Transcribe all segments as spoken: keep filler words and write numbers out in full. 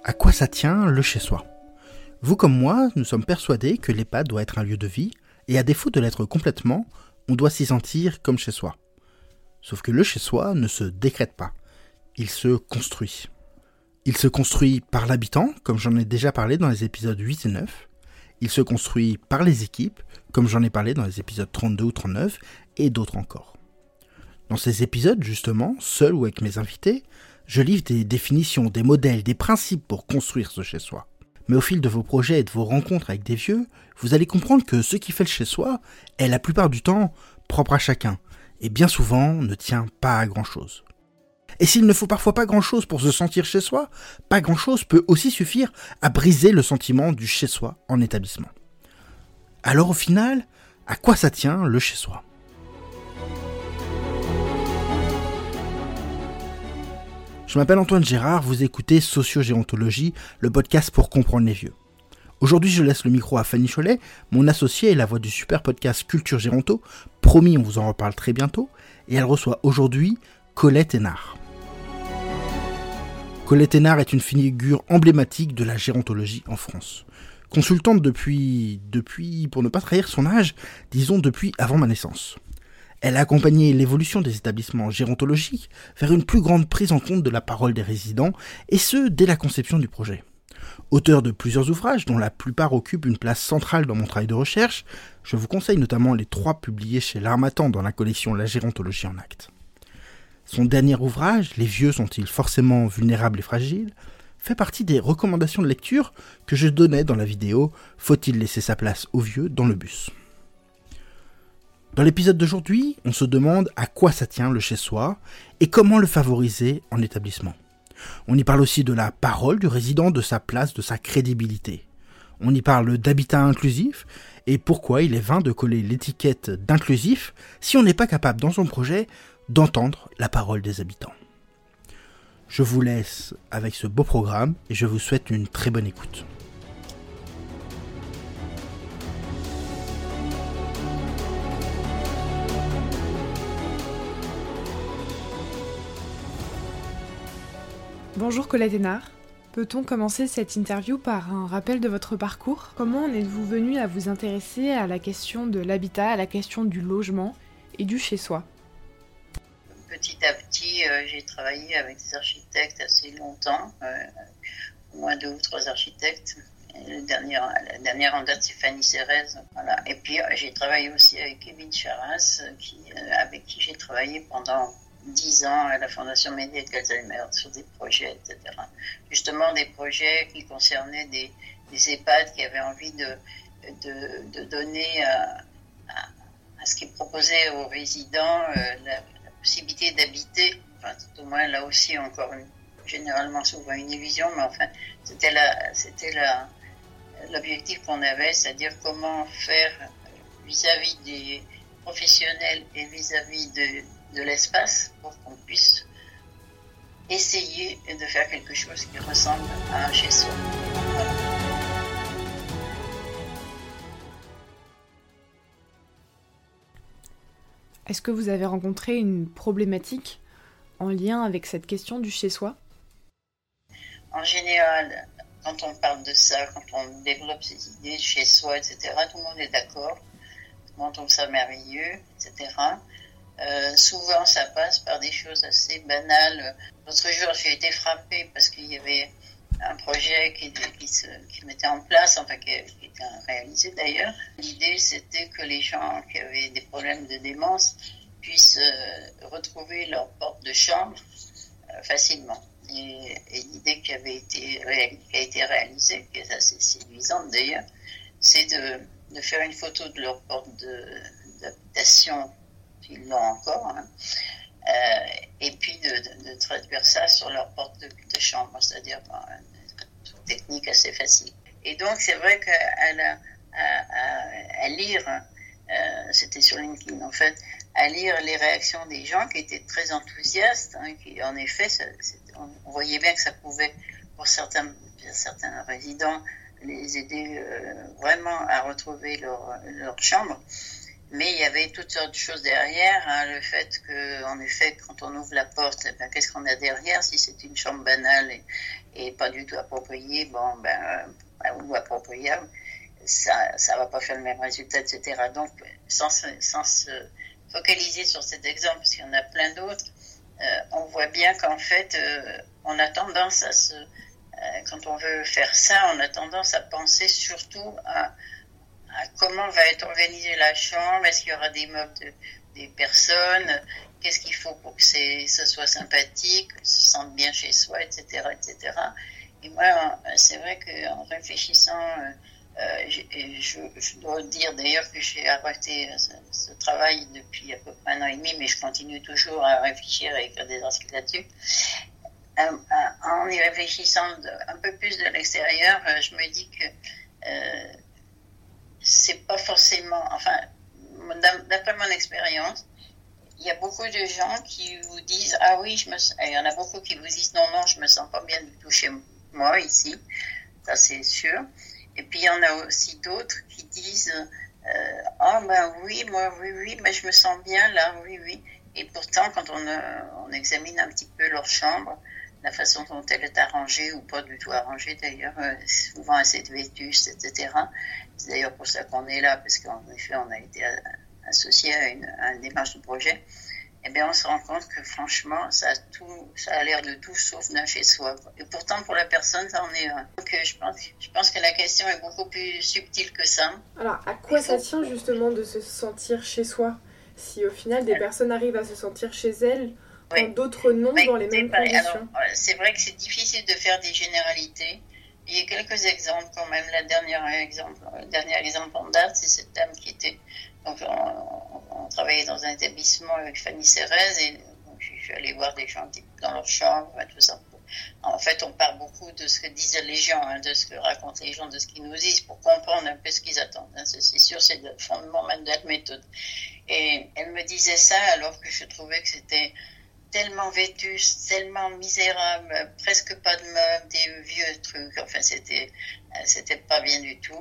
À quoi ça tient le chez-soi ? Vous comme moi, nous sommes persuadés que l'EHPAD doit être un lieu de vie, et à défaut de l'être complètement, on doit s'y sentir comme chez soi. Sauf que le chez-soi ne se décrète pas, il se construit. Il se construit par l'habitant, comme j'en ai déjà parlé dans les épisodes huit et neuf. Il se construit par les équipes, comme j'en ai parlé dans les épisodes trente-deux ou trente-neuf, et d'autres encore. Dans ces épisodes, justement, seul ou avec mes invités, je livre des définitions, des modèles, des principes pour construire ce chez-soi. Mais au fil de vos projets et de vos rencontres avec des vieux, vous allez comprendre que ce qui fait le chez-soi est la plupart du temps propre à chacun, et bien souvent ne tient pas à grand-chose. Et s'il ne faut parfois pas grand-chose pour se sentir chez soi, pas grand-chose peut aussi suffire à briser le sentiment du chez-soi en établissement. Alors au final, à quoi ça tient le chez-soi ? Je m'appelle Antoine Gérard, vous écoutez Sociogérontologie, le podcast pour comprendre les vieux. Aujourd'hui, je laisse le micro à Fanny Cholet, mon associée et la voix du super podcast Culture Géronto. Promis, on vous en reparle très bientôt. Et elle reçoit aujourd'hui Colette Hénard. Colette Hénard est une figure emblématique de la gérontologie en France. Consultante depuis, depuis, pour ne pas trahir son âge, disons depuis avant ma naissance. Elle a accompagné l'évolution des établissements gérontologiques vers une plus grande prise en compte de la parole des résidents, et ce, dès la conception du projet. Auteur de plusieurs ouvrages, dont la plupart occupent une place centrale dans mon travail de recherche, je vous conseille notamment les trois publiés chez l'Harmattan dans la collection La gérontologie en actes. Son dernier ouvrage, Les vieux sont-ils forcément vulnérables et fragiles, fait partie des recommandations de lecture que je donnais dans la vidéo « Faut-il laisser sa place aux vieux dans le bus ?» Dans l'épisode d'aujourd'hui, on se demande à quoi ça tient le chez-soi et comment le favoriser en établissement. On y parle aussi de la parole du résident, de sa place, de sa crédibilité. On y parle d'habitat inclusif et pourquoi il est vain de coller l'étiquette d'inclusif si on n'est pas capable dans son projet d'entendre la parole des habitants. Je vous laisse avec ce beau programme et je vous souhaite une très bonne écoute. Bonjour Colette Hénard. Peut-on commencer cette interview par un rappel de votre parcours ? Comment en êtes-vous venu à vous intéresser à la question de l'habitat, à la question du logement et du chez-soi ? Petit à petit, euh, j'ai travaillé avec des architectes assez longtemps, euh, au moins deux ou trois architectes. Et le dernier, la dernière en date, c'est Fanny Cérez. Voilà. Et puis, euh, j'ai travaillé aussi avec Kevin Charras, qui, euh, avec qui j'ai travaillé pendant dix ans à la Fondation Médiette Alzheimer sur des projets, et cetera. Justement, des projets qui concernaient des, des EHPAD qui avaient envie de, de, de donner à, à, à ce qu'ils proposaient aux résidents euh, la, la possibilité d'habiter, enfin, tout au moins là aussi encore une, généralement souvent une illusion, mais enfin, c'était, la, c'était la, l'objectif qu'on avait, c'est-à dire comment faire vis-à-vis des professionnels et vis-à-vis de de l'espace pour qu'on puisse essayer de faire quelque chose qui ressemble à un chez-soi. Voilà. Est-ce que vous avez rencontré une problématique en lien avec cette question du chez-soi ? En général, quand on parle de ça, quand on développe ces idées de chez-soi, et cetera, tout le monde est d'accord, tout le monde trouve ça merveilleux, et cetera. Euh, souvent, ça passe par des choses assez banales. L'autre jour, j'ai été frappée parce qu'il y avait un projet qui, qui se qui mettait en place, enfin qui, qui était réalisé d'ailleurs. L'idée, c'était que les gens qui avaient des problèmes de démence puissent euh, retrouver leur porte de chambre euh, facilement. Et, et l'idée qui avait été réalisée, qui a été réalisée, qui est assez séduisante d'ailleurs, c'est de, de faire une photo de leur porte de, d'habitation. Ils l'ont encore, hein. euh, et puis de, de, de traduire ça sur leur porte de, de chambre, c'est-à-dire bon, une technique assez facile. Et donc c'est vrai qu'à la, à, à, à lire, euh, c'était sur LinkedIn en fait, à lire les réactions des gens qui étaient très enthousiastes, hein, qui en effet, ça, on, on voyait bien que ça pouvait, pour certains, certains résidents, les aider euh, vraiment à retrouver leur, leur chambre. Mais il y avait toutes sortes de choses derrière, hein, le fait que, en effet, quand on ouvre la porte, ben, qu'est-ce qu'on a derrière? Si c'est une chambre banale et, et pas du tout appropriée, bon, ben, euh, ou appropriable, ça, ça va pas faire le même résultat, et cetera. Donc, sans, sans se focaliser sur cet exemple, parce qu'il y en a plein d'autres, euh, on voit bien qu'en fait, euh, on a tendance à se, euh, quand on veut faire ça, on a tendance à penser surtout à comment va être organisée la chambre, est-ce qu'il y aura des meubles de, des personnes, qu'est-ce qu'il faut pour que c'est, ce soit sympathique, qu'on se sente bien chez soi, et cetera, et cetera. Et moi, c'est vrai qu'en réfléchissant, euh, je, je, je dois dire d'ailleurs que j'ai arrêté ce, ce travail depuis à peu près un an et demi, mais je continue toujours à réfléchir et écrire des articles là-dessus. Euh, en y réfléchissant de, un peu plus de l'extérieur, je me dis que euh, c'est pas forcément, enfin, d'après mon expérience, il y a beaucoup de gens qui vous disent, ah oui, je me, il y en a beaucoup qui vous disent, non, non, je me sens pas bien du tout chez moi ici, ça c'est sûr. Et puis il y en a aussi d'autres qui disent, euh, ah ben oui, moi oui, oui, mais je me sens bien là, oui, oui. Et pourtant, quand on, euh, on examine un petit peu leur chambre, la façon dont elle est arrangée ou pas du tout arrangée d'ailleurs, euh, souvent assez vétuste, et cetera. C'est d'ailleurs pour ça qu'on est là, parce qu'en effet, on a été associé à une, à une démarche de projet. Eh bien, on se rend compte que franchement, ça a, tout, ça a l'air de tout sauf d'un chez soi. Et pourtant, pour la personne, ça en est un. Donc, je pense, je pense que la question est beaucoup plus subtile que ça. Alors, à quoi ça tient justement de se sentir chez soi? Si au final, des ouais. personnes arrivent à se sentir chez elles, quand oui. d'autres non, mais dans les mêmes conditions. Alors, c'est vrai que c'est difficile de faire des généralités. Il y a quelques exemples quand même. La dernière exemple, le dernier exemple en date, c'est cette dame qui était... Donc, on, on travaillait dans un établissement avec Fanny Cérez et donc, je suis allée voir des gens dans leur chambre, tout ça. En fait, on parle beaucoup de ce que disent les gens, hein, de ce que racontent les gens, de ce qu'ils nous disent pour comprendre un peu ce qu'ils attendent. Hein. C'est, c'est sûr, c'est le fondement même de la méthode. Et elle me disait ça alors que je trouvais que c'était tellement vétuste, tellement misérable, presque pas de meubles, des vieux trucs, enfin c'était, c'était pas bien du tout.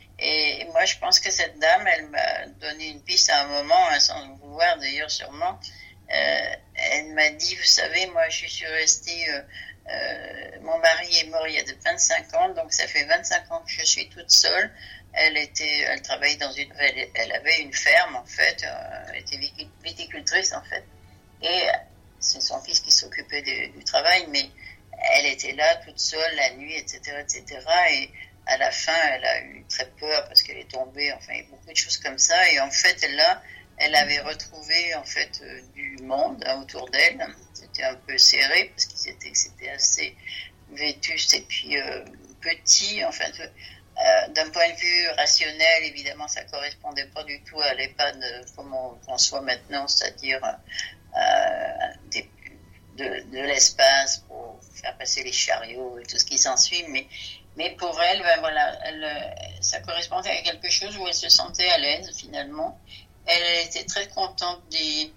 Et moi je pense que cette dame, elle m'a donné une piste à un moment, hein, sans le vouloir d'ailleurs sûrement, euh, elle m'a dit, vous savez, moi je suis restée, euh, euh, mon mari est mort il y a de vingt-cinq ans, donc ça fait vingt-cinq ans que je suis toute seule. Elle était, elle travaillait dans une, elle, elle avait une ferme en fait, euh, elle était viticultrice en fait. Et c'est son fils qui s'occupait de, du travail, mais elle était là toute seule la nuit, et cetera, et cetera. Et à la fin, elle a eu très peur parce qu'elle est tombée. Enfin, il y a beaucoup de choses comme ça. Et en fait, là, elle avait retrouvé en fait euh, du monde hein, autour d'elle. C'était un peu serré parce que c'était, c'était assez vétuste et puis euh, petit. En fait, euh, d'un point de vue rationnel, évidemment, ça correspondait pas du tout à l'EHPAD comme on conçoit maintenant, c'est-à-dire Euh, des, de, de l'espace pour faire passer les chariots et tout ce qui s'ensuit, mais, mais pour elle, ben voilà, elle, ça correspondait à quelque chose où elle se sentait à l'aise finalement. Elle était très contente des,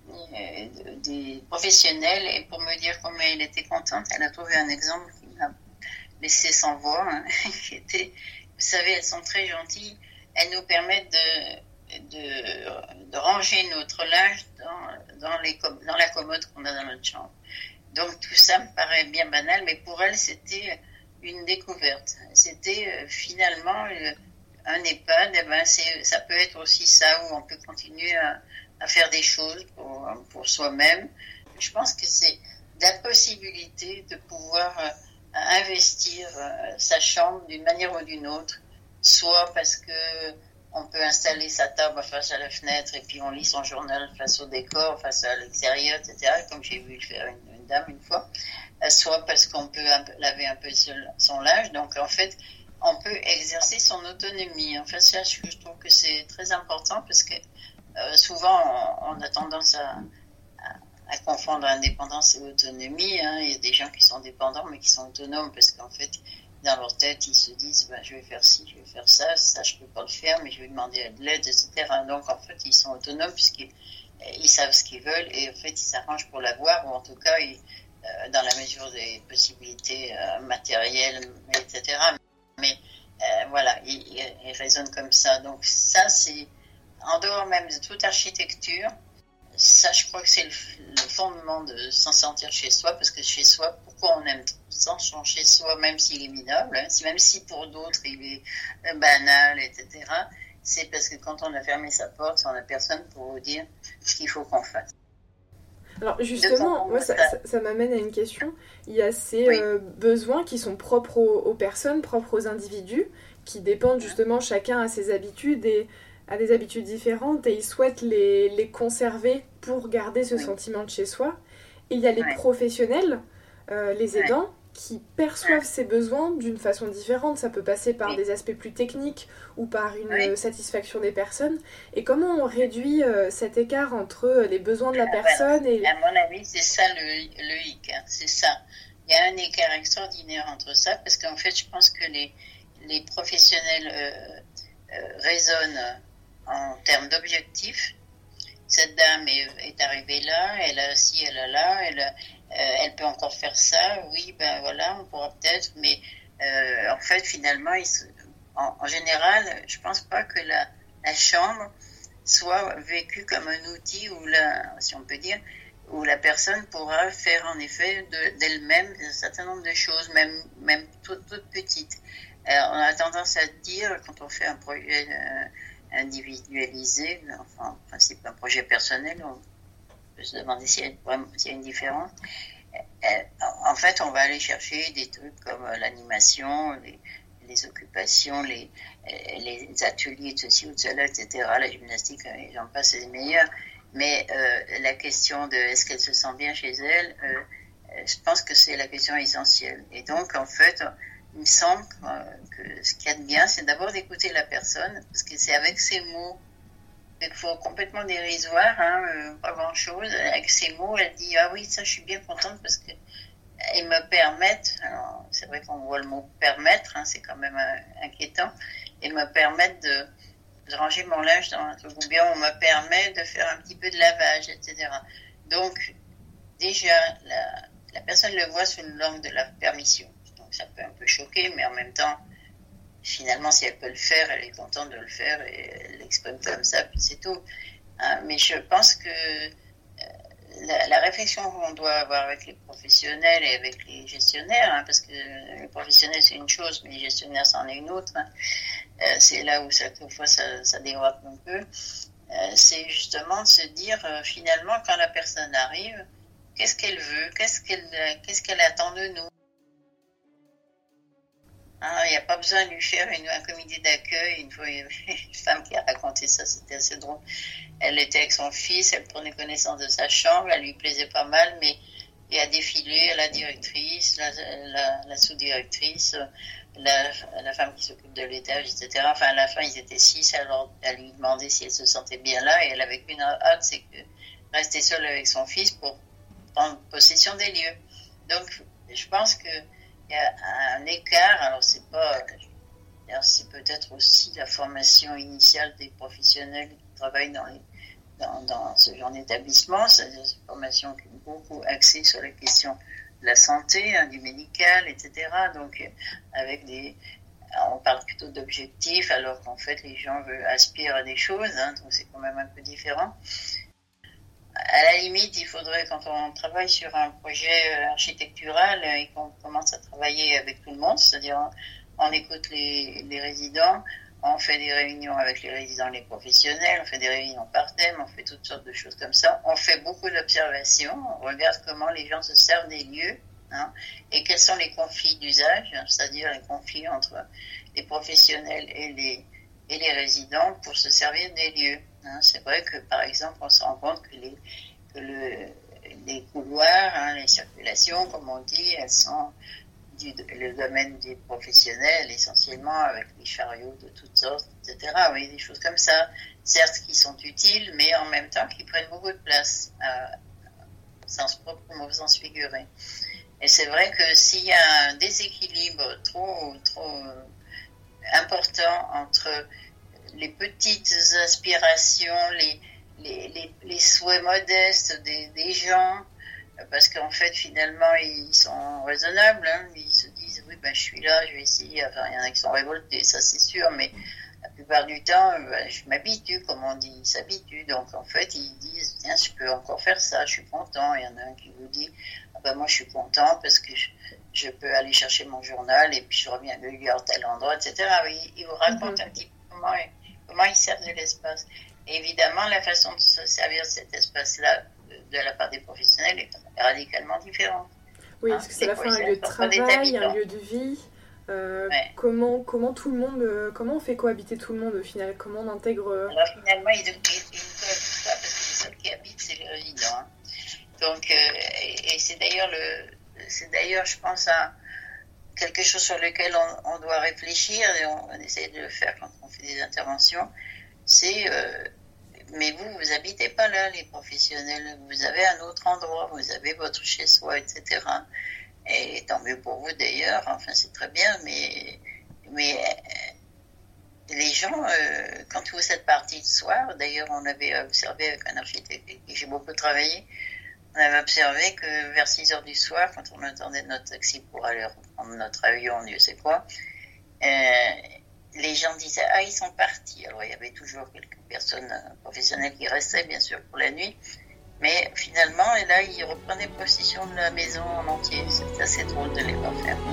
des, des professionnels et pour me dire comment elle était contente, elle a trouvé un exemple qui m'a laissé sans voix, hein, qui était, vous savez, elles sont très gentilles, elles nous permettent de De, de ranger notre linge dans, dans, les, dans la commode qu'on a dans notre chambre. Donc tout ça me paraît bien banal, mais pour elle c'était une découverte. C'était euh, finalement euh, un EHPAD, eh ben, c'est, ça peut être aussi ça où on peut continuer à, à faire des choses pour, pour soi-même. Je pense que c'est la possibilité de pouvoir euh, investir euh, sa chambre d'une manière ou d'une autre, soit parce que on peut installer sa table face à la fenêtre et puis on lit son journal face au décor, face à l'extérieur, et cetera, comme j'ai vu le faire une, une dame une fois, soit parce qu'on peut un peu, laver un peu son linge. Donc en fait, on peut exercer son autonomie. En fait, ça, je trouve que c'est très important parce que euh, souvent, on, on a tendance à, à, à confondre indépendance et autonomie. Hein. Il y a des gens qui sont dépendants mais qui sont autonomes parce qu'en fait, dans leur tête, ils se disent ben, je vais faire ci, je vais faire ça, ça je peux pas le faire, mais je vais demander de l'aide, et cetera. Donc en fait, ils sont autonomes puisqu'ils ils savent ce qu'ils veulent et en fait, ils s'arrangent pour l'avoir ou en tout cas, ils, euh, dans la mesure des possibilités euh, matérielles, et cetera. Mais euh, voilà, ils, ils raisonnent comme ça. Donc ça, c'est en dehors même de toute architecture, ça, je crois que c'est le, le fondement de s'en sentir chez soi, parce que chez soi, pourquoi on aime tant son chez soi, même s'il est minable, hein, même si pour d'autres il est banal, et cetera, c'est parce que quand on a fermé sa porte, on n'a personne pour vous dire ce qu'il faut qu'on fasse. Alors justement, moi, ça, ça, ça m'amène à une question. Il y a ces oui. euh, besoins qui sont propres aux, aux personnes, propres aux individus, qui dépendent justement, chacun à ses habitudes et a des habitudes différentes, et ils souhaitent les, les conserver pour garder ce oui. sentiment de chez soi. Et il y a les oui. professionnels, euh, les aidants, oui. qui perçoivent oui. ces besoins d'une façon différente. Ça peut passer par oui. des aspects plus techniques ou par une oui. satisfaction des personnes. Et comment on réduit euh, cet écart entre les besoins de la personne et... À mon avis, c'est ça le, le hic, hein. C'est ça. Il y a un écart extraordinaire entre ça, parce qu'en fait, je pense que les, les professionnels euh, euh, raisonnent en termes d'objectifs. Cette dame est, est arrivée là, elle a ci, elle a là, elle, a, euh, elle peut encore faire ça, oui, ben voilà, on pourra peut-être, mais euh, en fait, finalement, il se, en, en général, je pense pas que la, la chambre soit vécue comme un outil où la, si on peut dire, où la personne pourra faire en effet de, d'elle-même un certain nombre de choses, même, même toutes toute petites. Alors, on a tendance à dire, quand on fait un projet euh, individualisé, enfin, en principe un projet personnel, on peut se demander s'il y a, vraiment, s'il y a une différence. En fait, on va aller chercher des trucs comme l'animation, les, les occupations, les, les ateliers de ceci ou de cela, et cetera. La gymnastique, j'en passe, c'est les meilleurs. Mais euh, la question de est-ce qu'elle se sent bien chez elle, euh, je pense que c'est la question essentielle. Et donc, en fait, il me semble que ce qu'il y a de bien, c'est d'abord d'écouter la personne, parce que c'est avec ses mots, il faut complètement dérisoire, hein, euh, pas grand-chose. Avec ses mots, elle dit « Ah oui, ça, je suis bien contente parce que ils me permettent, alors, c'est vrai qu'on voit le mot « permettre hein, », c'est quand même euh, inquiétant, ils me permettent de, de ranger mon linge dans un truc, ou bien on me permet de faire un petit peu de lavage, et cetera. Donc, déjà, la, la personne le voit sous l'angle de la permission. Donc, ça peut un peu choquer, mais en même temps, finalement, si elle peut le faire, elle est contente de le faire et elle l'exprime comme ça, puis c'est tout. Hein, mais je pense que euh, la, la réflexion qu'on doit avoir avec les professionnels et avec les gestionnaires, hein, parce que les professionnels c'est une chose, mais les gestionnaires c'en est une autre, hein, euh, c'est là où ça, quelquefois ça, ça dérape un peu, euh, c'est justement de se dire euh, finalement quand la personne arrive, qu'est-ce qu'elle veut, qu'est-ce qu'elle, qu'est-ce qu'elle attend de nous. Il n'y a pas besoin de lui faire une, un comité d'accueil. Une fois, il y avait une femme qui a raconté ça, c'était assez drôle. Elle était avec son fils, elle prenait connaissance de sa chambre, elle lui plaisait pas mal, mais il a défilé à la directrice, la, la, la sous-directrice, la, la femme qui s'occupe de l'étage, et cetera. Enfin, à la fin, ils étaient six, alors elle lui demandait si elle se sentait bien là, et elle avait qu'une hâte, c'est que rester seule avec son fils pour prendre possession des lieux. Donc, je pense que il y a un écart, alors c'est pas, c'est peut-être aussi la formation initiale des professionnels qui travaillent dans, les, dans, dans ce genre d'établissement, c'est une formation qui est beaucoup axée sur la question de la santé, hein, du médical, et cetera. Donc, avec des, on parle plutôt d'objectifs, alors qu'en fait les gens veulent aspirent à des choses, hein, donc c'est quand même un peu différent. À la limite, il faudrait, quand on travaille sur un projet architectural et qu'on commence à travailler avec tout le monde, c'est-à-dire on, on écoute les, les résidents, on fait des réunions avec les résidents, les professionnels, on fait des réunions par thème, on fait toutes sortes de choses comme ça. On fait beaucoup d'observations, on regarde comment les gens se servent des lieux, hein, et quels sont les conflits d'usage, hein, c'est-à-dire les conflits entre les professionnels et les, et les résidents pour se servir des lieux. Hein, c'est vrai que, par exemple, on se rend compte que les, que le, les couloirs, hein, les circulations, comme on dit, elles sont du le domaine des professionnels, essentiellement avec les chariots de toutes sortes, et cetera. Oui, des choses comme ça, certes qui sont utiles, mais en même temps qui prennent beaucoup de place, euh, au sens propre comme au sens figuré. Et c'est vrai que s'il y a un déséquilibre trop, trop important entre les petites aspirations, les, les, les, les souhaits modestes des, des gens, parce qu'en fait, finalement, ils sont raisonnables, hein, ils se disent, oui, ben, je suis là, je vais essayer, enfin, il y en a qui sont révoltés, ça c'est sûr, mais la plupart plupart du temps, ben, je m'habitue, comme on dit, ils s'habituent. Donc, en fait, ils disent, tiens, je peux encore faire ça, je suis content. Il y en a un qui vous dit, ah ben, moi, je suis content parce que je, je peux aller chercher mon journal et puis je reviens le lieu à tel endroit, et cetera. Oui, ils vous racontent mm-hmm. un petit peu comment, comment ils servent de l'espace. Et évidemment, la façon de se servir de cet espace-là, de, de la part des professionnels, est radicalement différente. Oui, hein, parce que c'est à la fois un lieu de travail, un lieu de vie. Euh, ouais. comment, comment tout le monde, euh, comment on fait cohabiter tout le monde au final? Comment on intègre euh... Alors finalement, ils ne cohabitent pas parce que les seuls qui habitent, c'est les résidents. Hein. Donc, euh, et, et c'est d'ailleurs le, c'est d'ailleurs, je pense, à quelque chose sur lequel on, on doit réfléchir et on, on essaie de le faire quand on fait des interventions. C'est, euh, mais vous, vous habitez pas là, les professionnels. Vous avez un autre endroit, vous avez votre chez-soi, et cetera. Et tant mieux pour vous d'ailleurs, enfin c'est très bien, mais, mais euh, les gens, euh, quand vous êtes partis le soir, d'ailleurs on avait observé avec un architecte avec qui j'ai beaucoup travaillé, on avait observé que vers six heures du soir, quand on attendait notre taxi pour aller prendre notre avion, Dieu sait quoi, euh, les gens disaient « Ah, ils sont partis ». Alors il y avait toujours quelques personnes professionnelles qui restaient bien sûr pour la nuit. Mais finalement, et là, ils reprenaient possession de la maison en entier. C'est assez drôle de les voir faire.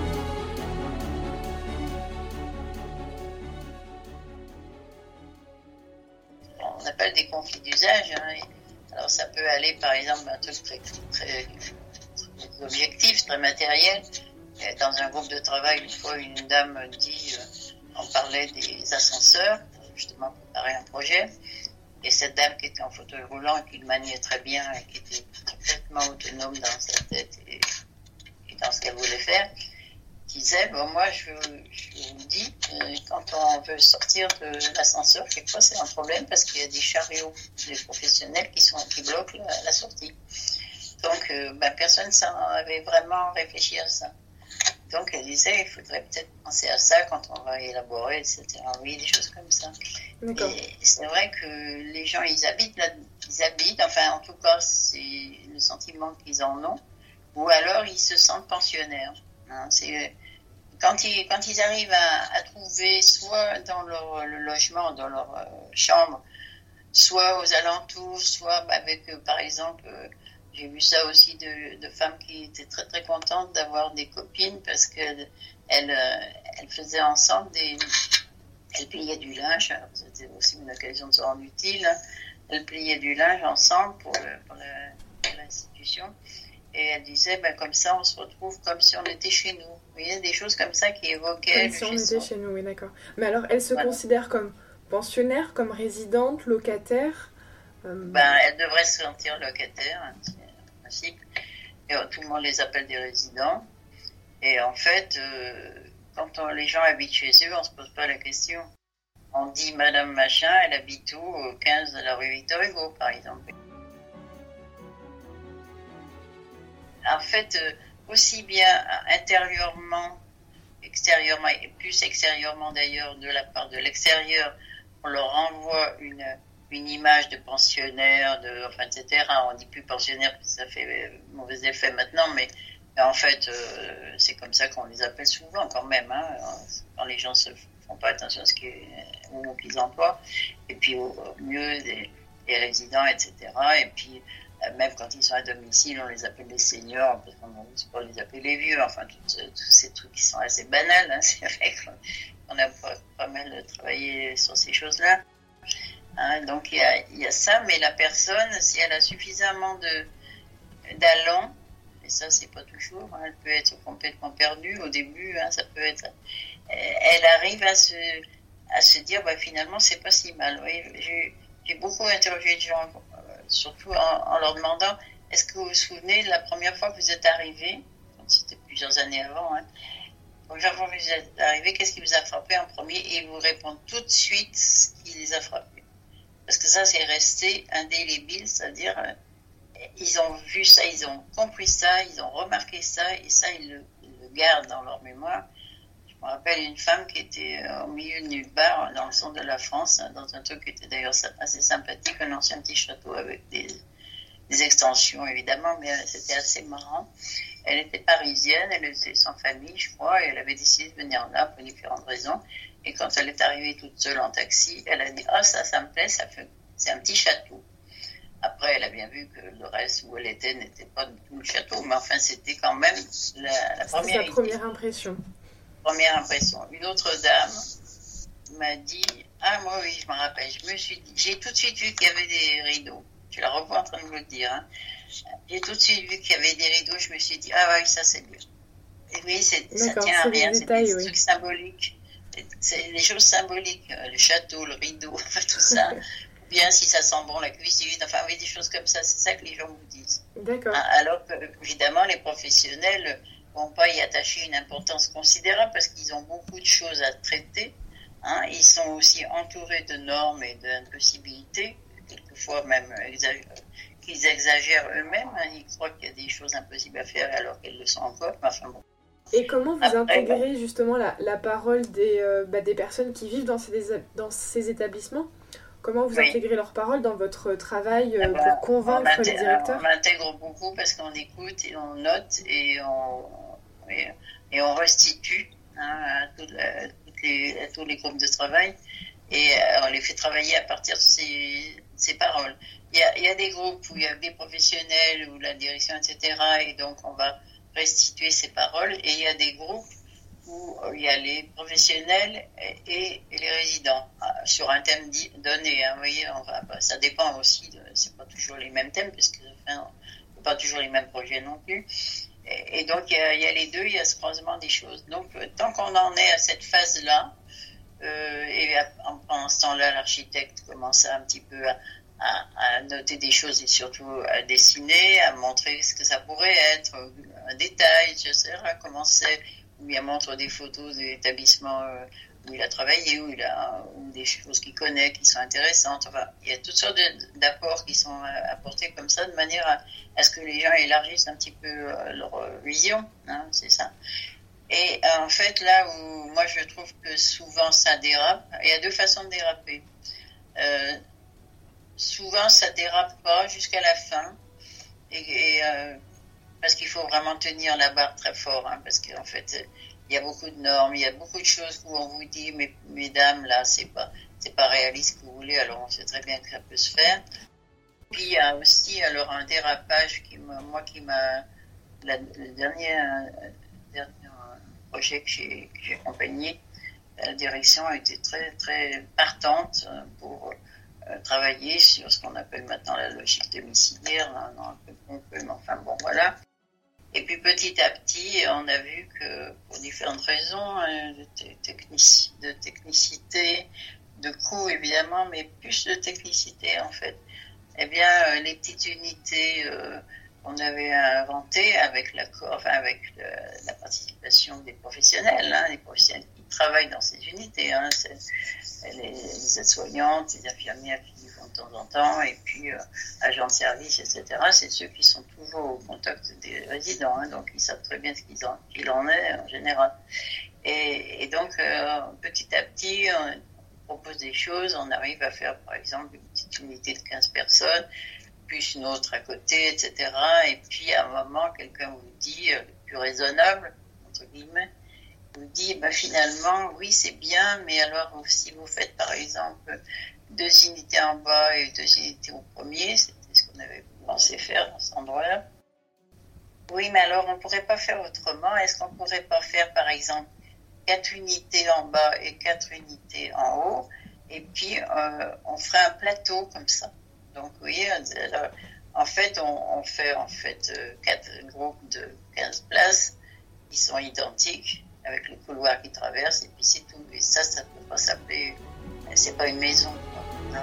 On appelle des conflits d'usage. Hein. Alors, ça peut aller, par exemple, un truc très, très, très, très objectif, très matériel. Dans un groupe de travail, une fois, une dame dit, on parlait des ascenseurs, justement, pour préparer un projet. Et cette dame qui était en fauteuil roulant et qui le maniait très bien et qui était complètement autonome dans sa tête et, et dans ce qu'elle voulait faire, disait, bon, moi, je, je vous dis, euh, quand on veut sortir de l'ascenseur, quelquefois, c'est un problème parce qu'il y a des chariots, des professionnels qui, sont, qui bloquent la, la sortie. Donc, euh, ben, personne n'avait vraiment réfléchi à ça. Donc, elle disait, il faudrait peut-être penser à ça quand on va élaborer, et cetera. Oui, des choses comme ça. D'accord. Et c'est vrai que les gens, ils habitent là, ils habitent, enfin, en tout cas, c'est le sentiment qu'ils en ont, ou alors ils se sentent pensionnaires. Hein, c'est, quand, ils, quand ils arrivent à, à trouver, soit dans leur le logement, dans leur euh, chambre, soit aux alentours, soit avec, euh, par exemple, euh, j'ai vu ça aussi de, de femmes qui étaient très très contentes d'avoir des copines parce qu'elles elles, elles faisaient ensemble des... Elles pliaient du linge, c'était aussi une occasion de se rendre utile. Elles pliaient du linge ensemble pour, le, pour, la, pour l'institution. Et elles disaient, ben, comme ça on se retrouve comme si on était chez nous. Vous voyez, des choses comme ça qui évoquaient... Comme si on était chez nous, oui, d'accord. Mais alors, elles se voilà. considèrent comme pensionnaires, comme résidentes, locataires euh... Ben, elles devraient se sentir locataires, hein, c'est un principe. Et tout le monde les appelle des résidents. Et en fait, euh, quand on, les gens habitent chez eux, on ne se pose pas la question. On dit Madame Machin, elle habite où? Au quinze de la rue Victor Hugo, par exemple. En fait, euh, aussi bien intérieurement, extérieurement, et plus extérieurement d'ailleurs, de la part de l'extérieur, on leur envoie une, une image de pensionnaire, de, enfin, et cetera. On ne dit plus pensionnaire parce que ça fait mauvais effet maintenant, mais en fait, euh, c'est comme ça qu'on les appelle souvent quand même, hein, quand les gens ne font pas attention à ce qu'ils, au mot qu'ils emploient, et puis au, au mieux des, des résidents, et cetera. Et puis, euh, même quand ils sont à domicile, on les appelle les seniors, parce qu'on n'ose pas les appeler les vieux, enfin, tous ces trucs qui sont assez banals, hein, c'est vrai qu'on a pas, pas mal travaillé sur ces choses-là. Hein, donc, il y a, il y a ça, mais la personne, si elle a suffisamment de, d'allant, et ça, c'est pas toujours, hein, elle peut être complètement perdue au début, hein, ça peut être... Elle arrive à se, à se dire, bah, finalement, c'est pas si mal. Oui, j'ai, j'ai beaucoup interrogé de gens, euh, surtout en, en leur demandant, est-ce que vous vous souvenez de la première fois que vous êtes arrivé, c'était plusieurs années avant, hein, la première fois que vous êtes arrivé, qu'est-ce qui vous a frappé en premier? Et ils vous répondent tout de suite ce qui les a frappés. Parce que ça, c'est resté indélébile, c'est-à-dire... Euh, ils ont vu ça, ils ont compris ça, ils ont remarqué ça, et ça, ils le, ils le gardent dans leur mémoire. Je me rappelle une femme qui était au milieu de nulle part, dans le centre de la France, dans un truc qui était d'ailleurs assez sympathique, un ancien petit château avec des, des extensions, évidemment, mais c'était assez marrant. Elle était parisienne, elle était sans famille, je crois, et elle avait décidé de venir là pour différentes raisons. Et quand elle est arrivée toute seule en taxi, elle a dit « Ah, ça, ça me plaît, ça fait... c'est un petit château ». Après, elle a bien vu que le reste où elle était n'était pas du tout le château, mais enfin, c'était quand même la, la première idée. Sa première impression. Première impression. Une autre dame m'a dit « Ah, moi, oui, je me rappelle. Je me suis dit, j'ai tout de suite vu qu'il y avait des rideaux. » Je la revois en train de me le dire. Hein. J'ai tout de suite vu qu'il y avait des rideaux. Je me suis dit « Ah, oui, ça, c'est bien. » Et oui, c'est, ça tient à rien. C'est des oui. trucs symboliques. C'est des choses symboliques. Le château, le rideau, enfin, tout ça. Bien si ça sent bon la cuisine, enfin oui, des choses comme ça, c'est ça que les gens vous disent. D'accord. Alors que, évidemment, les professionnels ne vont pas y attacher une importance considérable parce qu'ils ont beaucoup de choses à traiter. Hein. Ils sont aussi entourés de normes et d'impossibilités, quelquefois même exagérées, qu'ils exagèrent eux-mêmes. Hein. Ils croient qu'il y a des choses impossibles à faire alors qu'elles le sont encore. Enfin bon. Et comment vous Après, intégrez justement la, la parole des, euh, bah, des personnes qui vivent dans ces, dans ces établissements ? Comment vous oui. intégrez leurs paroles dans votre travail euh, ben, pour convaincre inté- les directeurs ? On l'intègre beaucoup parce qu'on écoute et on note et on, et, et on restitue hein, à, tout, à, toutes les, à tous les groupes de travail et euh, on les fait travailler à partir de ces, ces paroles. Il y, a, il y a des groupes où il y a des professionnels ou la direction, et cetera. Et donc on va restituer ces paroles et il y a des groupes où il y a les professionnels et, et les résidents sur un thème donné. Hein, vous voyez, on va, ça dépend aussi, de, c'est pas toujours les mêmes thèmes, parce que enfin, c'est pas toujours les mêmes projets non plus. Et, et donc il y, a, il y a les deux, il y a ce croisement des choses. Donc tant qu'on en est à cette phase-là, euh, et à, en, pendant ce temps-là, l'architecte commence à, un petit peu à, à, à noter des choses et surtout à dessiner, à montrer ce que ça pourrait être, un détail, et cetera. Comment c'est où il montre des photos de l'établissement où il a travaillé, où il a ou des choses qu'il connaît qui sont intéressantes. Enfin, il y a toutes sortes de, d'apports qui sont apportés comme ça, de manière à, à ce que les gens élargissent un petit peu leur vision. Hein, c'est ça. Et en fait, là où moi je trouve que souvent ça dérape, il y a deux façons de déraper. Euh, souvent ça dérape pas jusqu'à la fin. Et, et euh, parce qu'il faut vraiment tenir la barre très fort, hein, parce qu'en fait, il y a beaucoup de normes, il y a beaucoup de choses où on vous dit, mais mesdames, là, c'est pas, c'est pas réaliste ce que vous voulez, alors on sait très bien que ça peut se faire. Puis il y a aussi alors un dérapage qui m'a, moi qui m'a, la, le dernier, euh, dernier projet que j'ai, que j'ai accompagné, la direction a été très très partante pour euh, travailler sur ce qu'on appelle maintenant la logique domiciliaire, là, non, un peu pompeux, mais enfin bon, voilà. Et puis petit à petit, on a vu que pour différentes raisons, de, technici- de technicité, de coût évidemment, mais plus de technicité en fait, eh bien les petites unités euh, qu'on avait inventées avec la, enfin, avec le, la participation des professionnels, hein, les professionnels qui travaillent dans ces unités, hein, c'est, les, les aides-soignantes, les infirmières qui de temps en temps, et puis euh, agents de service, et cetera. C'est ceux qui sont toujours au contact des résidents, hein, donc ils savent très bien ce qu'il en, qu'il en est en général. Et, et donc, euh, petit à petit, on propose des choses, on arrive à faire par exemple une petite unité de quinze personnes, plus une autre à côté, et cetera. Et puis à un moment, quelqu'un vous dit, euh, le plus raisonnable, entre guillemets, vous dit, bah, finalement, oui, c'est bien, mais alors si vous faites par exemple deux unités en bas et deux unités au premier, c'était ce qu'on avait pensé faire dans cet endroit-là. Oui, mais alors on ne pourrait pas faire autrement. Est-ce qu'on ne pourrait pas faire, par exemple, quatre unités en bas et quatre unités en haut, et puis euh, on ferait un plateau comme ça. Donc, vous voyez, alors, en fait, on, on fait en fait euh, quatre groupes de quinze places qui sont identiques, avec le couloir qui traverse, et puis c'est tout. Et ça, ça ne peut pas s'appeler... C'est pas une maison. Non.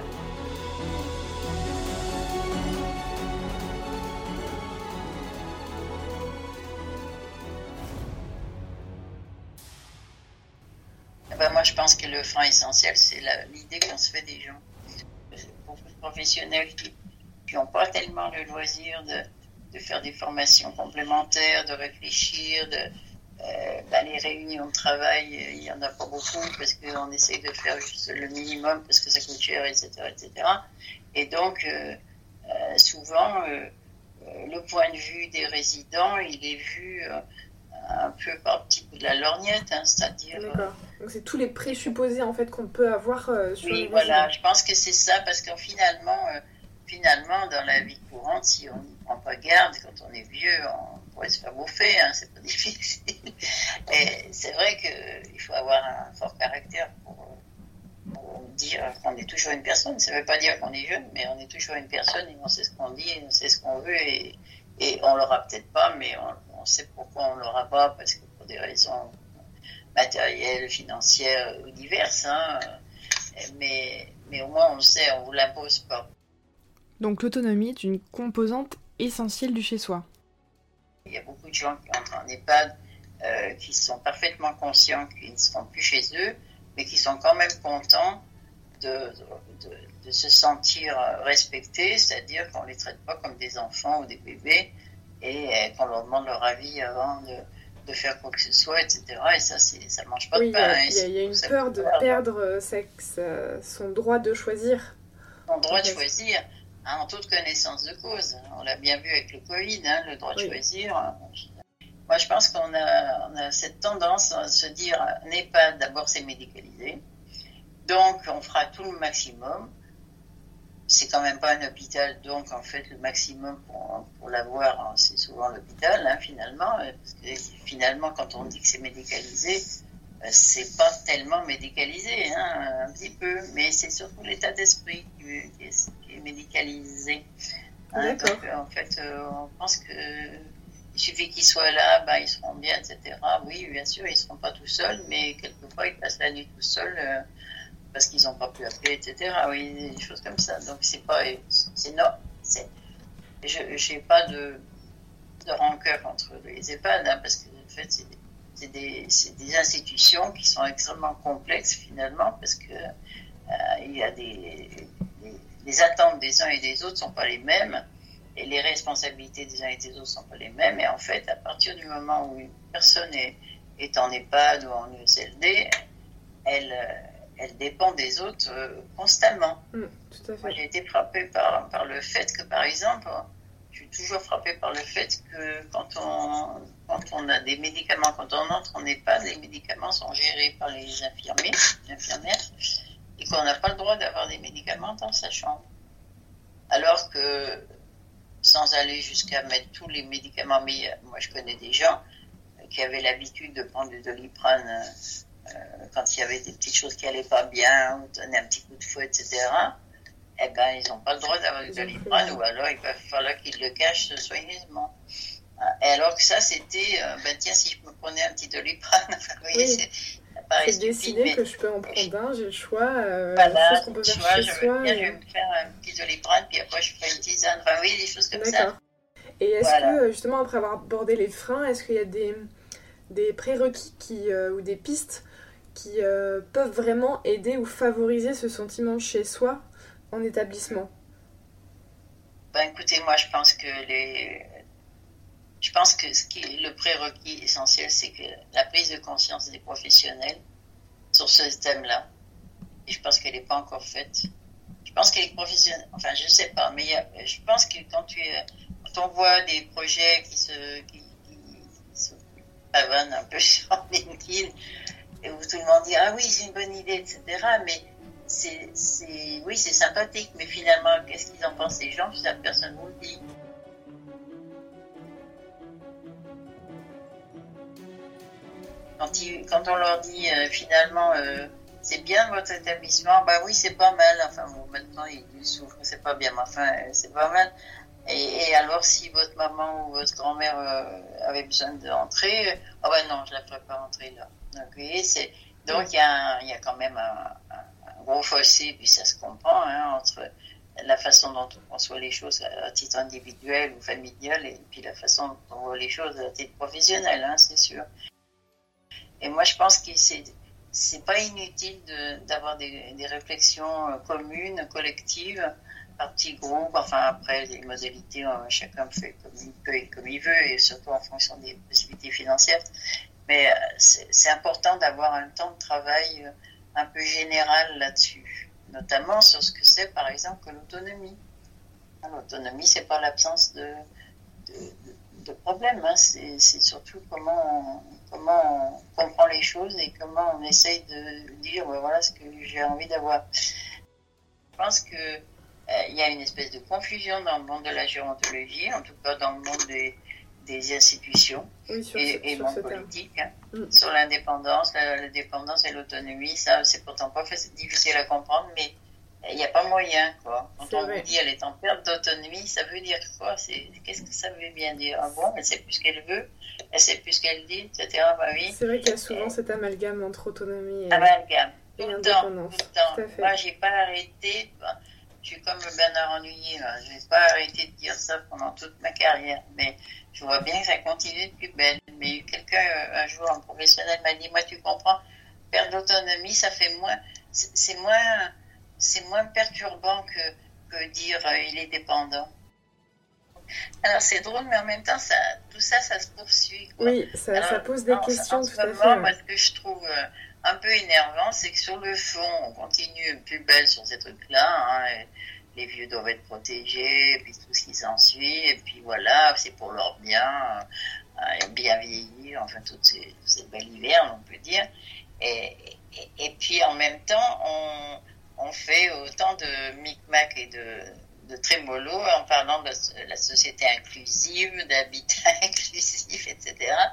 Ben moi, je pense que le frein essentiel, c'est la, l'idée qu'on se fait des gens. Beaucoup de professionnels qui n'ont pas tellement le loisir de, de faire des formations complémentaires, de réfléchir, de... Euh, ben les réunions de travail, il n'y en a pas beaucoup parce qu'on essaye de faire juste le minimum parce que ça coûte cher, et cetera, et cetera. Et donc, euh, euh, souvent, euh, le point de vue des résidents, il est vu euh, un peu par petit coup de la lorgnette, hein, c'est-à-dire... D'accord. Donc c'est tous les présupposés en fait qu'on peut avoir euh, sur Oui, les voilà, résidents. je pense que c'est ça, parce que finalement, euh, finalement, dans la vie courante, si on n'y prend pas garde, quand on est vieux, on pourrait se faire bouffer, hein, c'est pas difficile. Et c'est vrai qu'il faut avoir un fort caractère pour, pour dire qu'on est toujours une personne. Ça ne veut pas dire qu'on est jeune, mais on est toujours une personne et on sait ce qu'on dit, et on sait ce qu'on veut, et, et on l'aura peut-être pas, mais on, on sait pourquoi on l'aura pas, parce que pour des raisons matérielles, financières ou diverses, hein, mais, mais au moins on le sait, on ne vous l'impose pas. Donc l'autonomie est une composante essentielle du chez-soi. Il y a beaucoup de gens qui entrent en EHPAD euh, qui sont parfaitement conscients qu'ils ne seront plus chez eux, mais qui sont quand même contents de, de, de, de se sentir respectés, c'est-à-dire qu'on ne les traite pas comme des enfants ou des bébés et euh, qu'on leur demande leur avis avant de, de faire quoi que ce soit, et cetera. Et ça, c'est, ça ne mange pas Oui, de pain. il y, y, y a une peur de perdre euh, sa, sa, son droit de choisir. Son droit de choisir, hein, en toute connaissance de cause. On l'a bien vu avec le Covid, hein, le droit de oui. choisir. Moi, je pense qu'on a, on a cette tendance à se dire, n'EHPAD, d'abord, c'est médicalisé. Donc, on fera tout le maximum. C'est quand même pas un hôpital, donc en fait, le maximum pour, pour l'avoir, c'est souvent l'hôpital, hein, finalement. Parce que finalement, quand on dit que c'est médicalisé, c'est pas tellement médicalisé, hein, un petit peu, mais c'est surtout l'état d'esprit qui est, qui est médicalisé. Hein, donc, en fait, on pense que il suffit qu'ils soient là, ben, ils seront bien, et cetera. Oui, bien sûr, ils ne seront pas tout seuls, mais quelquefois, ils passent la nuit tout seuls. Euh, parce qu'ils n'ont pas pu appeler, et cetera. Oui, des choses comme ça. Donc, c'est pas... C'est non. C'est, je n'ai pas de, de rancœur contre les EHPAD, hein, parce que, en fait, c'est, c'est, des, c'est des institutions qui sont extrêmement complexes, finalement, parce que euh, il y a des... Les, les attentes des uns et des autres ne sont pas les mêmes, et les responsabilités des uns et des autres ne sont pas les mêmes. Et en fait, à partir du moment où une personne est, est en EHPAD ou en U S L D, elle... elle dépend des autres euh, constamment. Mmh, tout à fait. Moi, j'ai été frappée par, par le fait que, par exemple, je suis toujours frappée par le fait que quand on, quand on a des médicaments, quand on entre en EHPAD, les médicaments sont gérés par les infirmiers, les infirmières, et qu'on n'a pas le droit d'avoir des médicaments dans sa chambre. Alors que, sans aller jusqu'à mettre tous les médicaments, mais moi je connais des gens qui avaient l'habitude de prendre du Doliprane euh, quand il y avait des petites choses qui n'allaient pas bien, ou donner un petit coup de fouet, et cetera. Eh ben, ils n'ont pas le droit d'avoir du Doliprane, ou alors il va falloir qu'ils le cachent soigneusement. Et alors que ça, c'était, euh, ben tiens, si je me prenais un petit Doliprane, vous voyez, oui. c'est, ça paraît c'est décidé mais... que je peux en prendre un, j'ai le choix. Euh, voilà, chose qu'on peut faire choix, chez je soi. Bien, et... je vais me faire un petit Doliprane, puis après je ferai une tisane, enfin oui, des choses comme D'accord. ça. Et est-ce voilà. que, justement, après avoir abordé les freins, est-ce qu'il y a des, des prérequis qui, euh, ou des pistes qui euh, peuvent vraiment aider ou favoriser ce sentiment chez soi en établissement? Ben écoutez, moi je pense que les... Je pense que ce qui est le prérequis essentiel, c'est que la prise de conscience des professionnels sur ce thème-là, et je pense qu'elle n'est pas encore faite. Je pense que les professionnels, enfin je ne sais pas, mais je pense que quand, tu, quand on voit des projets qui se, qui, qui, qui se pavanent un peu sur LinkedIn, et où tout le monde dit « Ah oui, c'est une bonne idée, et cetera » mais c'est, c'est, oui, c'est sympathique, mais finalement, qu'est-ce qu'ils en pensent les gens? Personne ne vous le dit. Quand, ils, quand on leur dit euh, finalement euh, c'est bien votre établissement, bah oui c'est pas mal, enfin bon maintenant ils, ils souffrent, c'est pas bien, mais enfin c'est pas mal. Et, et alors si votre maman ou votre grand-mère euh, avait besoin d'entrer, euh, oh ben non je la ferai pas entrer là. Donc vous voyez, c'est, donc il y a, il y a quand même un, un, un gros fossé, puis ça se comprend hein, entre la façon dont on conçoit les choses à titre individuel ou familial et puis la façon dont on voit les choses à titre professionnel, hein, c'est sûr. Et moi, je pense que c'est, c'est pas inutile de, d'avoir des, des réflexions communes, collectives, par petits groupes. Enfin, après, les modalités, chacun fait comme il peut et comme il veut, et surtout en fonction des possibilités financières. Mais c'est, c'est important d'avoir un temps de travail un peu général là-dessus, notamment sur ce que c'est, par exemple, que l'autonomie. L'autonomie, c'est pas l'absence de, de, de problème. Hein. C'est, c'est surtout comment on, comment on comprend les choses et comment on essaye de dire ben, voilà ce que j'ai envie d'avoir. Je pense que euh, il y a une espèce de confusion dans le monde de la gérontologie, en tout cas dans le monde des, des institutions oui, sur et, ce, et sur monde ce politique. Hein. Mm. Sur l'indépendance, la, la dépendance et l'autonomie, ça c'est pourtant pas fait, c'est difficile à comprendre, mais il n'y a pas moyen, quoi. Quand c'est on vrai. vous dit elle est en perte d'autonomie, ça veut dire quoi? C'est, qu'est-ce que ça veut bien dire? Ah bon, elle sait plus ce qu'elle veut, elle sait plus ce qu'elle dit, et cetera. Bah oui. C'est vrai qu'il y a souvent et... cet amalgame entre autonomie et, amalgame. et tout indépendance. Le temps, tout le temps. temps. Moi, j'ai pas arrêté, bah, je suis comme Bernard ennuyé, là. Je n'ai pas arrêté de dire ça pendant toute ma carrière, mais je vois bien que ça continue de plus belle. Mais quelqu'un, un jour, un professionnel m'a dit, moi, tu comprends, perte d'autonomie, ça fait moins, c'est, c'est moins... c'est moins perturbant que, que dire euh, il est dépendant. Alors c'est drôle, mais en même temps, ça, tout ça, ça se poursuit. Quoi. Oui, ça, Alors, ça pose des en, questions en tout ce à moment, fait. Moi, ce que je trouve euh, un peu énervant, c'est que sur le fond, on continue plus belle sur ces trucs-là. Hein, les vieux doivent être protégés, et puis tout ce qui s'ensuit, et puis voilà, c'est pour leur bien, euh, bien vieillir, enfin toutes ces, toutes ces belles hivernes, on peut dire. Et, et, et puis en même temps, on, on fait autant de micmac et de, de trémolo en parlant de la société inclusive, d'habitat inclusif, et cetera.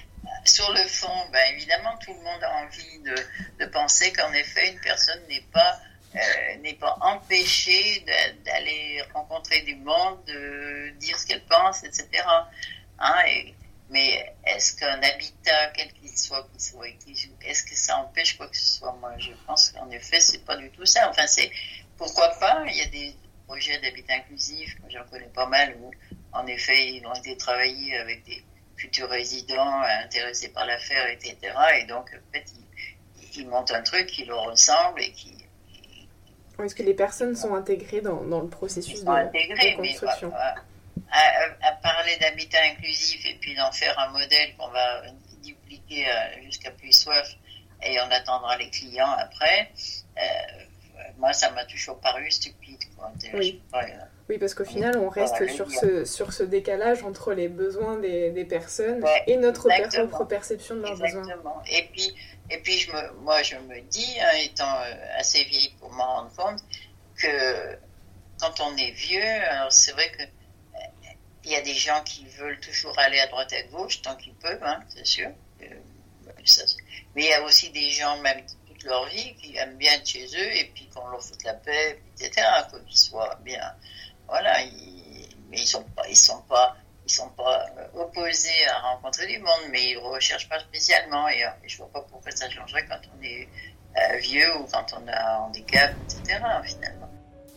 Sur le fond, ben évidemment, tout le monde a envie de, de penser qu'en effet, une personne n'est pas, euh, n'est pas empêchée de, d'aller rencontrer du monde, de dire ce qu'elle pense, et cetera. Hein, et, mais est-ce qu'un habitat, quel qu'il soit, qu'il soit inclusif, est-ce que ça empêche quoi que ce soit? Moi, je pense qu'en effet, c'est pas du tout ça. Enfin, c'est pourquoi pas. Il y a des projets d'habitat inclusif, j'en connais pas mal, où en effet, ils ont été travaillés avec des futurs résidents intéressés par l'affaire, et cetera. Et donc, en fait, ils, ils montent un truc qui leur ressemble et qui. Est-ce que les personnes sont intégrées dans, dans le processus de, intégrées, de construction? Mais, bah, bah, À, à parler d'habitat inclusif et puis d'en faire un modèle qu'on va dupliquer jusqu'à plus soif et on attendra les clients après, euh, moi ça m'a toujours paru stupide. Quoi. Oui. Pas, euh, oui, parce qu'au final on reste sur ce, sur ce décalage entre les besoins des, des personnes ouais, et notre exactement. propre perception de leurs exactement. besoins. Et puis, et puis je me, moi je me dis, hein, étant assez vieille pour m'en rendre compte, que quand on est vieux, alors c'est vrai que il y a des gens qui veulent toujours aller à droite et à gauche, tant qu'ils peuvent, hein, c'est sûr. Euh, ça, mais il y a aussi des gens, même toute leur vie, qui aiment bien être chez eux, et puis qu'on leur foute la paix, et cetera, quoi, qu'ils soient bien. Voilà, ils, mais ils sont pas, ils sont pas, ils sont pas opposés à rencontrer du monde, mais ils ne recherchent pas spécialement, et, et je vois pas pourquoi ça changerait quand on est euh, vieux ou quand on a un handicap, et cetera, finalement.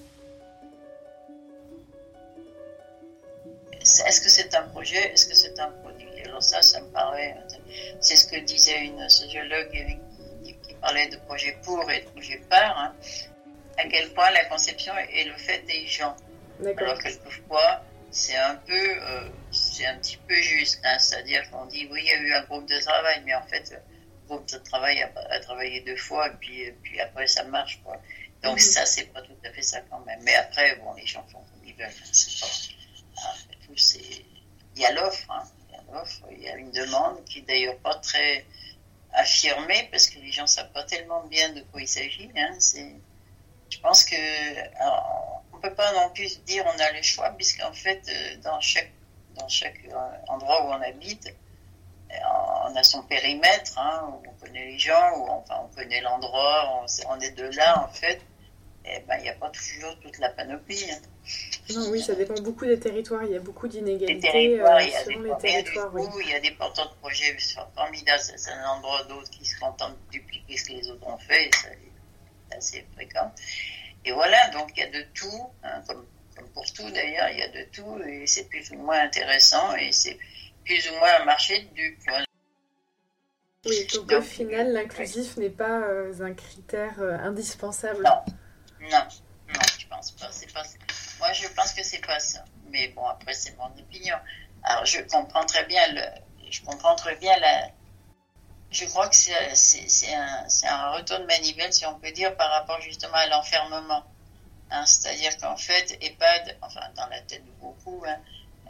Est-ce que c'est un projet? Est-ce que c'est un produit? Alors ça, ça me paraît... C'est ce que disait une sociologue qui, qui parlait de projet pour et de projet par. Hein, à quel point la conception est le fait des gens. D'accord. Alors quelquefois, c'est un peu... Euh, c'est un petit peu juste. Hein, c'est-à-dire qu'on dit, oui, il y a eu un groupe de travail, mais en fait, le groupe de travail a, a travaillé deux fois, et puis, et puis après, ça marche, quoi. Donc mm-hmm. ça, c'est pas tout à fait ça quand même. Mais après, bon, les gens font comme ils veulent. Hein, c'est pas... C'est... Il y a l'offre, hein. il y a l'offre, il y a une demande qui est d'ailleurs pas très affirmée parce que les gens ne savent pas tellement bien de quoi il s'agit. Hein. C'est... Je pense que alors, on ne peut pas non plus dire on a le choix puisqu'en fait dans chaque, dans chaque endroit où on habite, on a son périmètre, hein, où on connaît les gens, où enfin, on connaît l'endroit, on, on est de là en fait. Eh ben, il n'y a pas toujours toute la panoplie. Hein. Non, oui, ça dépend beaucoup des territoires. Il y a beaucoup d'inégalités territoires, euh, il y a selon des, les territoires. Oui. Oui. Il y a des porteurs de projets formidables. C'est un endroit d'autres qui se contentent de dupliquer ce que les autres ont fait. Et ça, c'est assez fréquent. Et voilà, donc il y a de tout. Hein, comme, comme pour tout d'ailleurs, il y a de tout. Et c'est plus ou moins intéressant. Et c'est plus ou moins un marché de dupes. Voilà. Oui, donc, donc au final, l'inclusif oui. n'est pas euh, un critère euh, indispensable. Non. Non, non, je pense pas. C'est pas. Moi, je pense que c'est pas ça. Mais bon, après, c'est mon opinion. Alors, je comprends très bien le. Je comprends très bien la. Je crois que c'est, c'est, c'est, un, c'est un retour de manivelle, si on peut dire, par rapport justement à l'enfermement. Hein, c'est-à-dire qu'en fait, EHPAD, enfin, dans la tête de beaucoup, hein,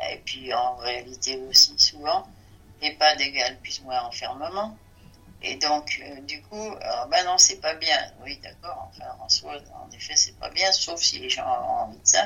et puis en réalité aussi souvent, EHPAD égale plus ou moins enfermement. Et donc, euh, du coup, alors, ben non, c'est pas bien. Oui, d'accord, enfin, en soi, en effet, c'est pas bien, sauf si les gens ont envie de ça.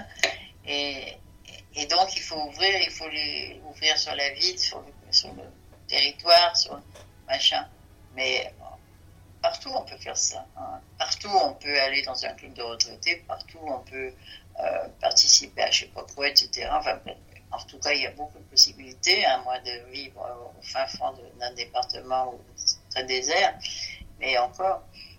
Et, et donc, il faut ouvrir, il faut les ouvrir sur la ville, sur le, sur le territoire, sur le machin. Mais partout, on peut faire ça. Hein. Partout, on peut aller dans un club de retraités, partout, on peut euh, participer à je sais pas quoi, et cetera. Enfin, en tout cas, il y a beaucoup de possibilités, à moins de vivre au fin fond d'un département où c'est très désert, mais encore.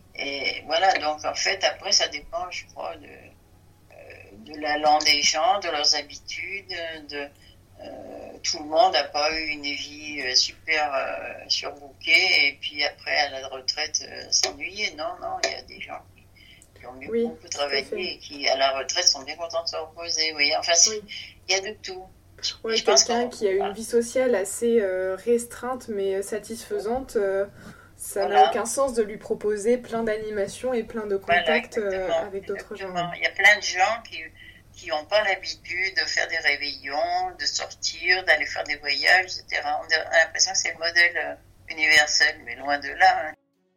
Et voilà, donc en fait, après, ça dépend, je crois, de, euh, de la langue des gens, de leurs habitudes, de... Euh, tout le monde n'a pas eu une vie euh, super euh, surbookée et puis après à la retraite euh, s'ennuyer. Non, non, il y a des gens qui, qui ont oui, beaucoup travaillé et qui à la retraite sont bien contents de se reposer. Oui, enfin, il oui. y a de tout. Ouais, quelqu'un qui a une vie sociale assez euh, restreinte mais satisfaisante, euh, ça voilà. n'a aucun sens de lui proposer plein d'animations et plein de contacts voilà, euh, avec d'autres gens. Il y a plein de gens qui qui n'ont pas l'habitude de faire des réveillons, de sortir, d'aller faire des voyages, et cetera. On a l'impression que c'est le modèle universel, mais loin de là. Hein.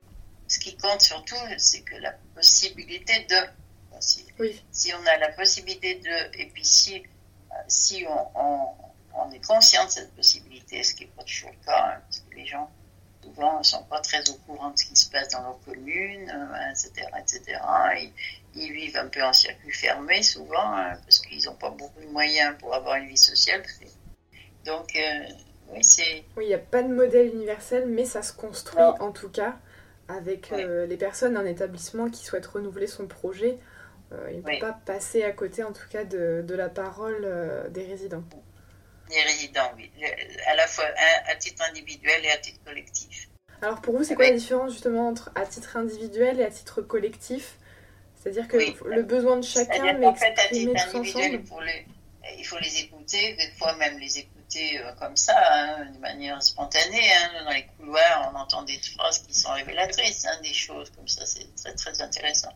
Ce qui compte surtout, c'est que la possibilité de... Si, oui. si on a la possibilité de... Et puis si, si on, on, on est conscient de cette possibilité, ce qui n'est pas toujours le cas, hein, parce que les gens, souvent, ne sont pas très au courant de ce qui se passe dans leur commune, euh, et cetera, et cetera. Et, ils vivent un peu en circuit fermé souvent, hein, parce qu'ils n'ont pas beaucoup de moyens pour avoir une vie sociale. Donc, euh, oui, c'est... Oui, il n'y a pas de modèle universel, mais ça se construit non. en tout cas avec oui. euh, les personnes d'un établissement qui souhaitent renouveler son projet. Euh, il ne oui. peut pas passer à côté, en tout cas, de, de la parole euh, des résidents. Des résidents, oui. À la fois à, à titre individuel et à titre collectif. Alors, pour vous, c'est quoi oui. la différence, justement, entre à titre individuel et à titre collectif ? C'est-à-dire que oui. le besoin de chacun, mais en fait, à titre individuel, il faut, les, il faut les écouter, des fois même les écouter euh, comme ça, hein, de manière spontanée. Hein, dans les couloirs, on entend des phrases qui sont révélatrices, hein, des choses comme ça, c'est très très intéressant.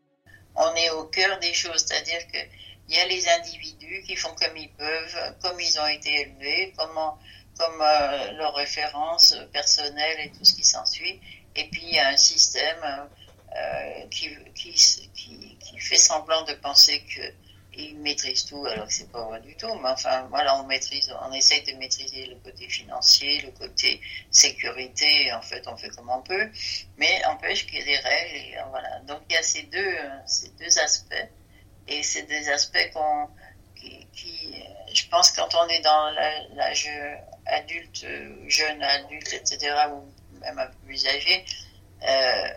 On est au cœur des choses, c'est-à-dire qu'il y a les individus qui font comme ils peuvent, comme ils ont été élevés, comment, comme euh, leurs références personnelles et tout ce qui s'ensuit. Et puis il y a un système... Euh, Euh, qui, qui, qui, qui fait semblant de penser qu'il maîtrise tout, alors que c'est pas vrai du tout. Mais enfin, voilà, on maîtrise, on essaye de maîtriser le côté financier, le côté sécurité, et en fait, on fait comme on peut, mais empêche qu'il y ait des règles, et voilà. Donc, il y a ces deux, ces deux aspects, et c'est des aspects qu'on, qui, qui, je pense, quand on est dans l'âge adulte, jeune adulte, et cetera, ou même un peu plus âgé, euh,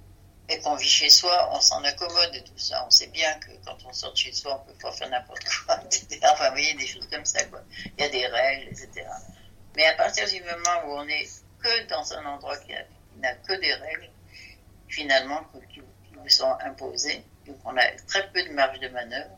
et qu'on vit chez soi, on s'en accommode de tout ça. On sait bien que quand on sort de chez soi, on peut pas faire n'importe quoi, et cetera. Enfin, vous voyez, des choses comme ça, quoi. Il y a des règles, et cetera. Mais à partir du moment où on est que dans un endroit qui, a, qui n'a que des règles, finalement, qui, qui nous sont imposées, donc on a très peu de marge de manœuvre.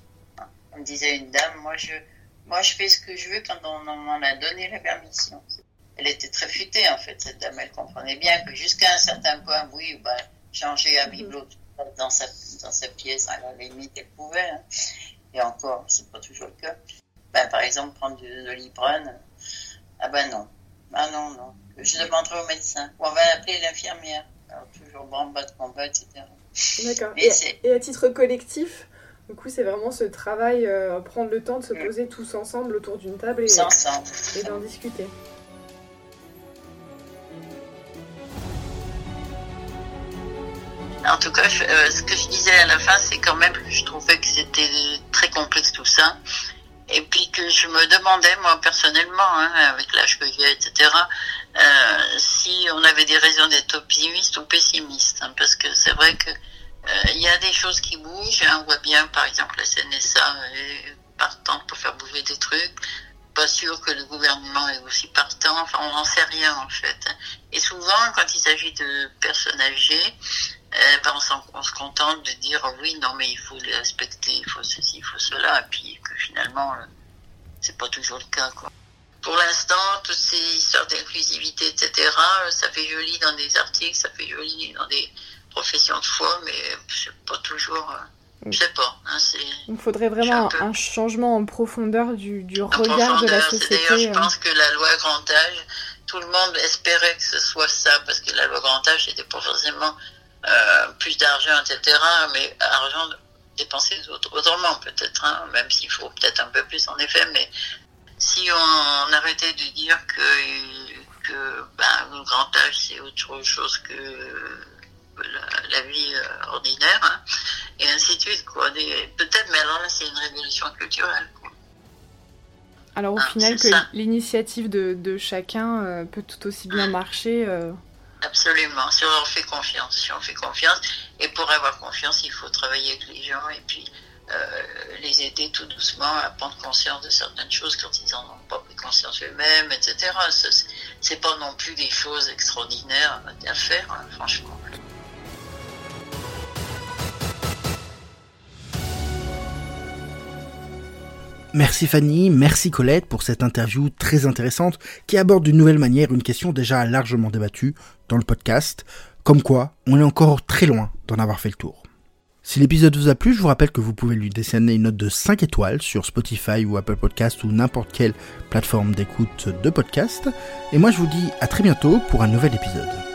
On me disait une dame, moi je, moi je fais ce que je veux quand on, on m'en a donné la permission. Elle était très futée, en fait, cette dame. Elle comprenait bien que jusqu'à un certain point, oui, ben, changer à bibelot dans sa, dans sa pièce, à la limite, elle pouvait. Hein. Et encore, c'est pas toujours le cas. Ben, par exemple, prendre du Doliprane, ah ben non. Ah non, non. Je demanderai au médecin. Ou on va appeler l'infirmière. Alors, toujours branle-bas de combat, et cetera. D'accord. Et, et à titre collectif, du coup, c'est vraiment ce travail, euh, prendre le temps de se poser mmh. tous ensemble autour d'une table et, ensemble. et d'en discuter. En tout cas, je, euh, ce que je disais à la fin, c'est quand même que je trouvais que c'était très complexe tout ça. Et puis que je me demandais, moi, personnellement, hein, avec l'âge que j'ai, et cetera, euh, si on avait des raisons d'être optimiste ou pessimiste. Hein, parce que c'est vrai que il euh, y a des choses qui bougent. Hein, on voit bien, par exemple, la C N S A est partante pour faire bouger des trucs. Pas sûr que le gouvernement est aussi partant. Enfin, on n'en sait rien, en fait. Et souvent, quand il s'agit de personnes âgées, Eh ben on, on se contente de dire oh oui, non mais il faut les respecter, il faut ceci, il faut cela, et puis que finalement euh, c'est pas toujours le cas, quoi. Pour l'instant, toutes ces histoires d'inclusivité, et cetera, ça fait joli dans des articles, ça fait joli dans des professions de foi, mais c'est pas toujours. Euh, Je sais pas. Hein, c'est... Il faudrait vraiment un, peu... un changement en profondeur du, du regard de la société. C'est d'ailleurs, je pense que la loi grand âge, tout le monde espérait que ce soit ça, parce que la loi grand âge, c'était pas forcément euh, plus d'argent, et cetera, mais argent dépensé autrement peut-être, hein, même s'il faut peut-être un peu plus en effet, mais si on, on arrêtait de dire que, que ben, le grand âge, c'est autre chose que... La, la vie euh, ordinaire, hein, et ainsi de suite, quoi. Des, peut-être, mais alors là, c'est une révolution culturelle, quoi. Alors au ah, final, que ça. L'initiative de, de chacun euh, peut tout aussi bien mmh. marcher. Euh... Absolument, si on fait confiance, si on fait confiance, et pour avoir confiance, il faut travailler avec les gens, et puis euh, les aider tout doucement à prendre conscience de certaines choses quand ils n'en ont pas pris conscience eux-mêmes, et cetera. C'est, c'est pas non plus des choses extraordinaires à faire, hein, franchement. Merci Fanny, merci Colette pour cette interview très intéressante qui aborde d'une nouvelle manière une question déjà largement débattue dans le podcast, comme quoi on est encore très loin d'en avoir fait le tour. Si l'épisode vous a plu, je vous rappelle que vous pouvez lui décerner une note de cinq étoiles sur Spotify ou Apple Podcast ou n'importe quelle plateforme d'écoute de podcast. Et moi je vous dis à très bientôt pour un nouvel épisode.